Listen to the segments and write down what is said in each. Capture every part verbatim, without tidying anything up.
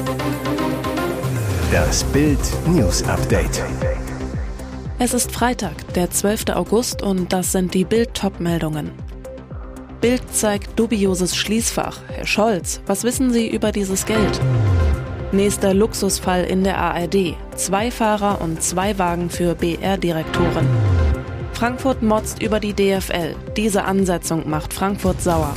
Das Bild News Update. Es ist Freitag, der zwölfte August, und das sind die Bild-Top-Meldungen. Bild zeigt dubioses Schließfach. Herr Scholz, was wissen Sie über dieses Geld? Nächster Luxusfall in der A R D. Zwei Fahrer und zwei Wagen für B R-Direktoren. Frankfurt motzt über die D F L. Diese Ansetzung macht Frankfurt sauer.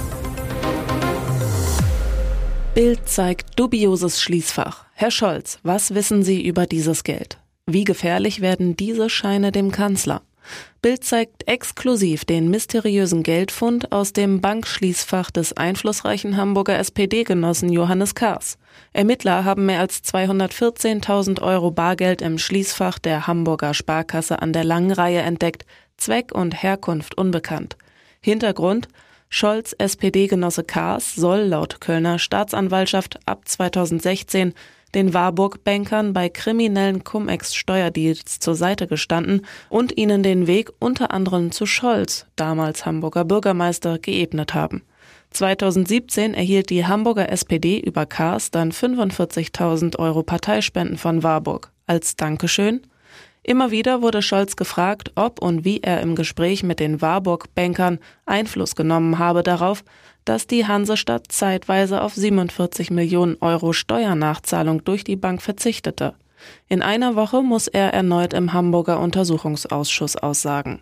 Bild zeigt dubioses Schließfach. Herr Scholz, was wissen Sie über dieses Geld? Wie gefährlich werden diese Scheine dem Kanzler? Bild zeigt exklusiv den mysteriösen Geldfund aus dem Bankschließfach des einflussreichen Hamburger S P D-Genossen Johannes Kahrs. Ermittler haben mehr als zweihundertvierzehntausend Euro Bargeld im Schließfach der Hamburger Sparkasse an der Langen Reihe entdeckt, Zweck und Herkunft unbekannt. Hintergrund: Scholz' S P D-Genosse Kahrs soll laut Kölner Staatsanwaltschaft ab zweitausendsechzehn den Warburg-Bankern bei kriminellen Cum-Ex-Steuerdeals zur Seite gestanden und ihnen den Weg unter anderem zu Scholz, damals Hamburger Bürgermeister, geebnet haben. zweitausendsiebzehn erhielt die Hamburger S P D über Kahrs dann fünfundvierzigtausend Euro Parteispenden von Warburg. Als Dankeschön? Immer wieder wurde Scholz gefragt, ob und wie er im Gespräch mit den Warburg-Bankern Einfluss genommen habe darauf, dass die Hansestadt zeitweise auf siebenundvierzig Millionen Euro Steuernachzahlung durch die Bank verzichtete. In einer Woche muss er erneut im Hamburger Untersuchungsausschuss aussagen.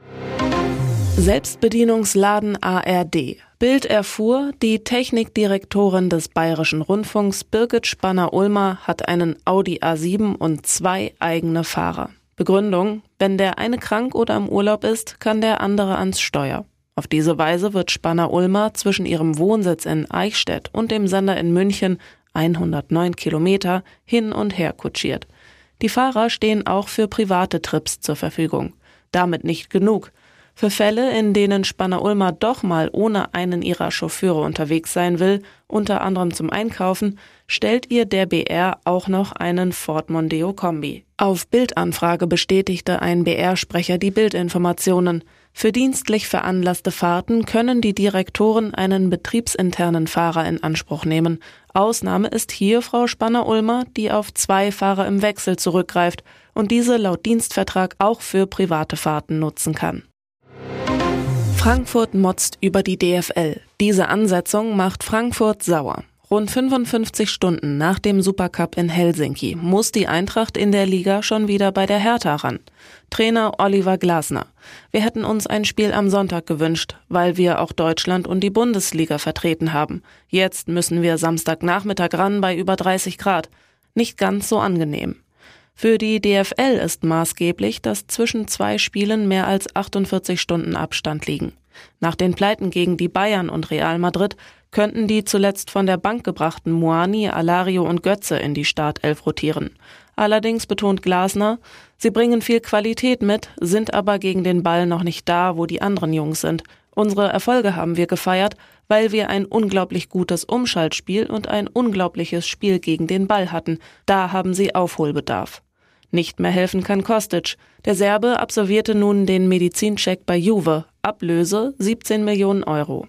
Selbstbedienungsladen A R D. Bild erfuhr, die Technikdirektorin des Bayerischen Rundfunks Birgit Spanner-Ulmer hat einen Audi A sieben und zwei eigene Fahrer. Begründung: Wenn der eine krank oder im Urlaub ist, kann der andere ans Steuer. Auf diese Weise wird Spanner-Ulmer zwischen ihrem Wohnsitz in Eichstätt und dem Sender in München, hundertneun Kilometer, hin und her kutschiert. Die Fahrer stehen auch für private Trips zur Verfügung. Damit nicht genug. Für Fälle, in denen Spanner-Ulmer doch mal ohne einen ihrer Chauffeure unterwegs sein will, unter anderem zum Einkaufen, stellt ihr der B R auch noch einen Ford Mondeo Kombi. Auf Bildanfrage bestätigte ein B R-Sprecher die Bildinformationen. Für dienstlich veranlasste Fahrten können die Direktoren einen betriebsinternen Fahrer in Anspruch nehmen. Ausnahme ist hier Frau Spanner-Ulmer, die auf zwei Fahrer im Wechsel zurückgreift und diese laut Dienstvertrag auch für private Fahrten nutzen kann. Frankfurt motzt über die D F L. Diese Ansetzung macht Frankfurt sauer. Rund fünfundfünfzig Stunden nach dem Supercup in Helsinki muss die Eintracht in der Liga schon wieder bei der Hertha ran. Trainer Oliver Glasner: Wir hätten uns ein Spiel am Sonntag gewünscht, weil wir auch Deutschland und die Bundesliga vertreten haben. Jetzt müssen wir Samstagnachmittag ran bei über dreißig Grad. Nicht ganz so angenehm. Für die D F L ist maßgeblich, dass zwischen zwei Spielen mehr als achtundvierzig Stunden Abstand liegen. Nach den Pleiten gegen die Bayern und Real Madrid könnten die zuletzt von der Bank gebrachten Muani, Alario und Götze in die Startelf rotieren. Allerdings betont Glasner, sie bringen viel Qualität mit, sind aber gegen den Ball noch nicht da, wo die anderen Jungs sind. Unsere Erfolge haben wir gefeiert, weil wir ein unglaublich gutes Umschaltspiel und ein unglaubliches Spiel gegen den Ball hatten. Da haben sie Aufholbedarf. Nicht mehr helfen kann Kostic. Der Serbe absolvierte nun den Medizincheck bei Juve. Ablöse siebzehn Millionen Euro.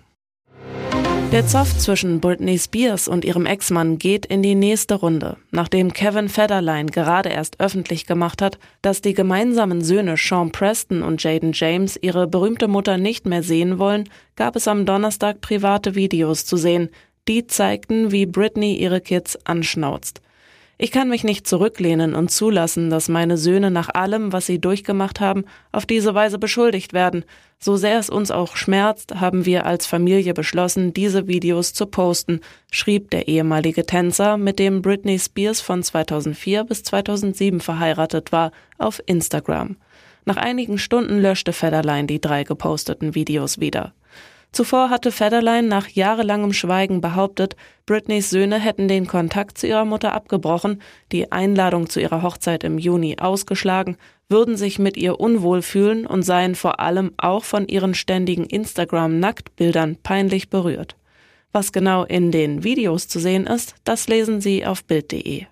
Der Zoff zwischen Britney Spears und ihrem Ex-Mann geht in die nächste Runde. Nachdem Kevin Federline gerade erst öffentlich gemacht hat, dass die gemeinsamen Söhne Sean Preston und Jaden James ihre berühmte Mutter nicht mehr sehen wollen, gab es am Donnerstag private Videos zu sehen. Die zeigten, wie Britney ihre Kids anschnauzt. Ich kann mich nicht zurücklehnen und zulassen, dass meine Söhne nach allem, was sie durchgemacht haben, auf diese Weise beschuldigt werden. So sehr es uns auch schmerzt, haben wir als Familie beschlossen, diese Videos zu posten, schrieb der ehemalige Tänzer, mit dem Britney Spears von zweitausendvier bis zweitausendsieben verheiratet war, auf Instagram. Nach einigen Stunden löschte Federline die drei geposteten Videos wieder. Zuvor hatte Federline nach jahrelangem Schweigen behauptet, Britneys Söhne hätten den Kontakt zu ihrer Mutter abgebrochen, die Einladung zu ihrer Hochzeit im Juni ausgeschlagen, würden sich mit ihr unwohl fühlen und seien vor allem auch von ihren ständigen Instagram-Nacktbildern peinlich berührt. Was genau in den Videos zu sehen ist, das lesen Sie auf bild punkt de.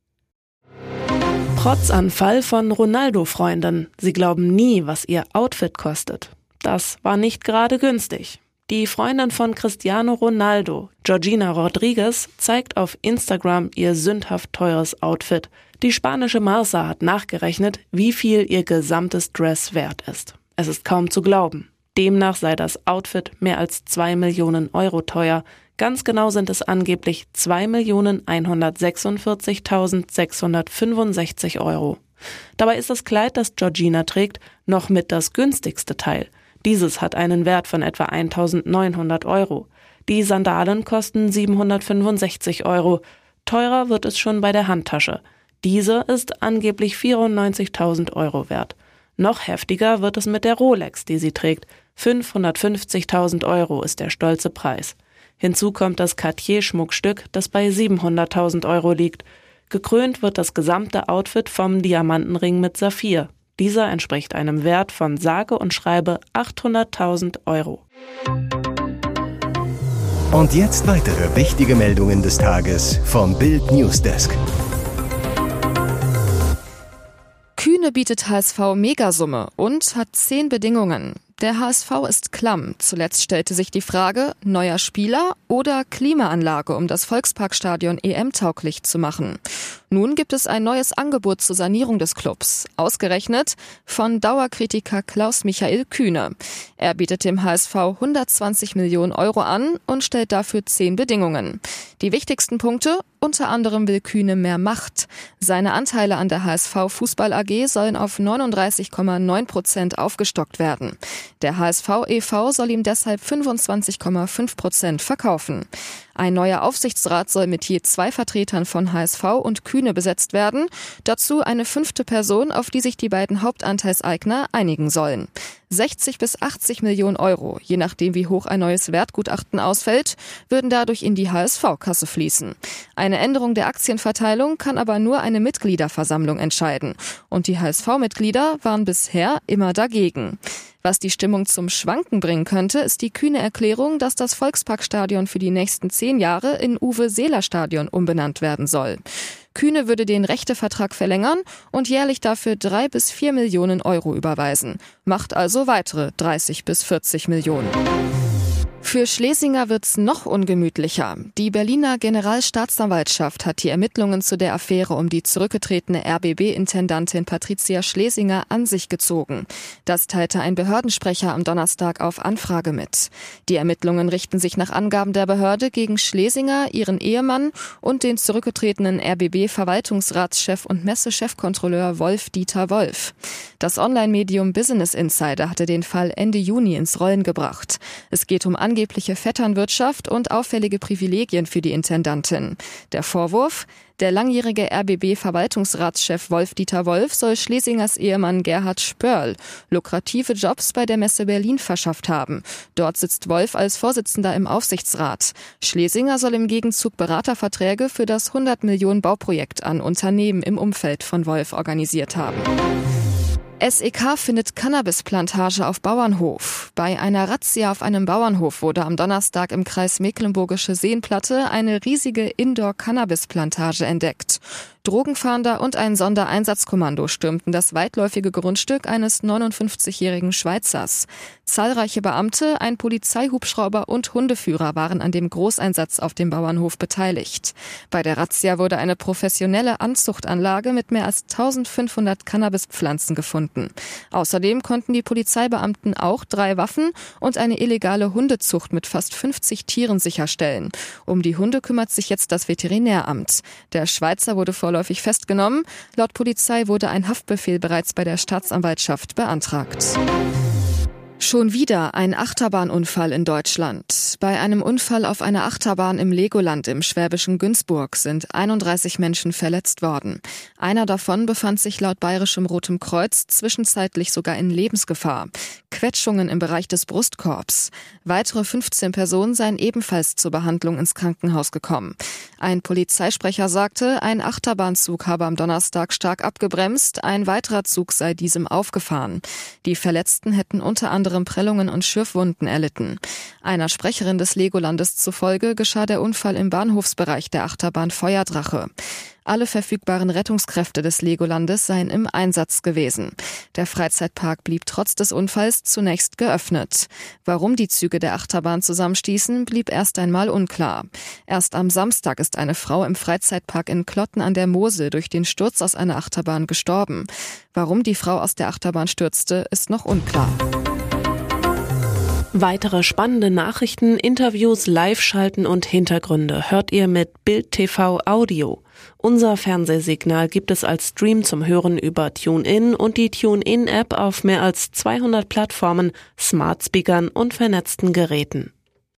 Protzanfall von Ronaldo-Freunden. Sie glauben nie, was ihr Outfit kostet. Das war nicht gerade günstig. Die Freundin von Cristiano Ronaldo, Georgina Rodriguez, zeigt auf Instagram ihr sündhaft teures Outfit. Die spanische Marca hat nachgerechnet, wie viel ihr gesamtes Dress wert ist. Es ist kaum zu glauben. Demnach sei das Outfit mehr als zwei Millionen Euro teuer. Ganz genau sind es angeblich zwei Millionen hundertsechsundvierzigtausendsechshundertfünfundsechzig Euro. Dabei ist das Kleid, das Georgina trägt, noch mit das günstigste Teil. Dieses hat einen Wert von etwa eintausendneunhundert Euro. Die Sandalen kosten siebenhundertfünfundsechzig Euro. Teurer wird es schon bei der Handtasche. Diese ist angeblich vierundneunzigtausend Euro wert. Noch heftiger wird es mit der Rolex, die sie trägt. fünfhundertfünfzigtausend Euro ist der stolze Preis. Hinzu kommt das Cartier-Schmuckstück, das bei siebenhunderttausend Euro liegt. Gekrönt wird das gesamte Outfit vom Diamantenring mit Saphir. Dieser entspricht einem Wert von sage und schreibe achthunderttausend Euro. Und jetzt weitere wichtige Meldungen des Tages vom Bild Newsdesk. Kühne bietet H S V Megasumme und hat zehn Bedingungen. Der H S V ist klamm. Zuletzt stellte sich die Frage, neuer Spieler oder Klimaanlage, um das Volksparkstadion E M-tauglich zu machen. Nun gibt es ein neues Angebot zur Sanierung des Clubs, ausgerechnet von Dauerkritiker Klaus-Michael Kühne. Er bietet dem H S V hundertzwanzig Millionen Euro an und stellt dafür zehn Bedingungen. Die wichtigsten Punkte: unter anderem will Kühne mehr Macht. Seine Anteile an der H S V Fußball A G sollen auf neununddreißig Komma neun Prozent aufgestockt werden. Der H S V e V soll ihm deshalb fünfundzwanzig Komma fünf Prozent verkaufen. Ein neuer Aufsichtsrat soll mit je zwei Vertretern von H S V und Kühne besetzt werden. Dazu eine fünfte Person, auf die sich die beiden Hauptanteilseigner einigen sollen. sechzig bis achtzig Millionen Euro, je nachdem wie hoch ein neues Wertgutachten ausfällt, würden dadurch in die H S V-Kasse fließen. Eine Änderung der Aktienverteilung kann aber nur eine Mitgliederversammlung entscheiden. Und die H S V-Mitglieder waren bisher immer dagegen. Was die Stimmung zum Schwanken bringen könnte, ist die kühne Erklärung, dass das Volksparkstadion für die nächsten zehn Jahre in Uwe-Seeler-Stadion umbenannt werden soll. Kühne würde den Rechtevertrag verlängern und jährlich dafür drei bis vier Millionen Euro überweisen. Macht also weitere dreißig bis vierzig Millionen. Für Schlesinger wird's noch ungemütlicher. Die Berliner Generalstaatsanwaltschaft hat die Ermittlungen zu der Affäre um die zurückgetretene R B B-Intendantin Patricia Schlesinger an sich gezogen. Das teilte ein Behördensprecher am Donnerstag auf Anfrage mit. Die Ermittlungen richten sich nach Angaben der Behörde gegen Schlesinger, ihren Ehemann und den zurückgetretenen R B B-Verwaltungsratschef und Messechefkontrolleur Wolf-Dieter Wolf. Das Online-Medium Business Insider hatte den Fall Ende Juni ins Rollen gebracht. Es geht um angebliche Vetternwirtschaft und auffällige Privilegien für die Intendantin. Der Vorwurf: Der langjährige R B B-Verwaltungsratschef Wolf-Dieter Wolf soll Schlesingers Ehemann Gerhard Spörl lukrative Jobs bei der Messe Berlin verschafft haben. Dort sitzt Wolf als Vorsitzender im Aufsichtsrat. Schlesinger soll im Gegenzug Beraterverträge für das hundert Millionen Bauprojekt an Unternehmen im Umfeld von Wolf organisiert haben. S E K findet Cannabisplantage auf Bauernhof. Bei einer Razzia auf einem Bauernhof wurde am Donnerstag im Kreis Mecklenburgische Seenplatte eine riesige Indoor-Cannabisplantage entdeckt. Drogenfahnder und ein Sondereinsatzkommando stürmten das weitläufige Grundstück eines neunundfünfzigjährigen Schweizers. Zahlreiche Beamte, ein Polizeihubschrauber und Hundeführer waren an dem Großeinsatz auf dem Bauernhof beteiligt. Bei der Razzia wurde eine professionelle Anzuchtanlage mit mehr als eintausendfünfhundert Cannabispflanzen gefunden. Außerdem konnten die Polizeibeamten auch drei Waffen und eine illegale Hundezucht mit fast fünfzig Tieren sicherstellen. Um die Hunde kümmert sich jetzt das Veterinäramt. Der Schweizer wurde vorläufig festgenommen. Laut Polizei wurde ein Haftbefehl bereits bei der Staatsanwaltschaft beantragt. Schon wieder ein Achterbahnunfall in Deutschland. Bei einem Unfall auf einer Achterbahn im Legoland im schwäbischen Günzburg sind einunddreißig Menschen verletzt worden. Einer davon befand sich laut Bayerischem Rotem Kreuz zwischenzeitlich sogar in Lebensgefahr. Quetschungen im Bereich des Brustkorbs. Weitere fünfzehn Personen seien ebenfalls zur Behandlung ins Krankenhaus gekommen. Ein Polizeisprecher sagte, ein Achterbahnzug habe am Donnerstag stark abgebremst, ein weiterer Zug sei diesem aufgefahren. Die Verletzten hätten unter anderem Prellungen und Schürfwunden erlitten. Einer Sprecherin des Legolandes zufolge geschah der Unfall im Bahnhofsbereich der Achterbahn Feuerdrache. Alle verfügbaren Rettungskräfte des Legolandes seien im Einsatz gewesen. Der Freizeitpark blieb trotz des Unfalls zunächst geöffnet. Warum die Züge der Achterbahn zusammenstießen, blieb erst einmal unklar. Erst am Samstag ist eine Frau im Freizeitpark in Klotten an der Mosel durch den Sturz aus einer Achterbahn gestorben. Warum die Frau aus der Achterbahn stürzte, ist noch unklar. Weitere spannende Nachrichten, Interviews, Live-Schalten und Hintergründe hört ihr mit Bild T V Audio. Unser Fernsehsignal gibt es als Stream zum Hören über TuneIn und die TuneIn-App auf mehr als zweihundert Plattformen, Smart-Speakern und vernetzten Geräten.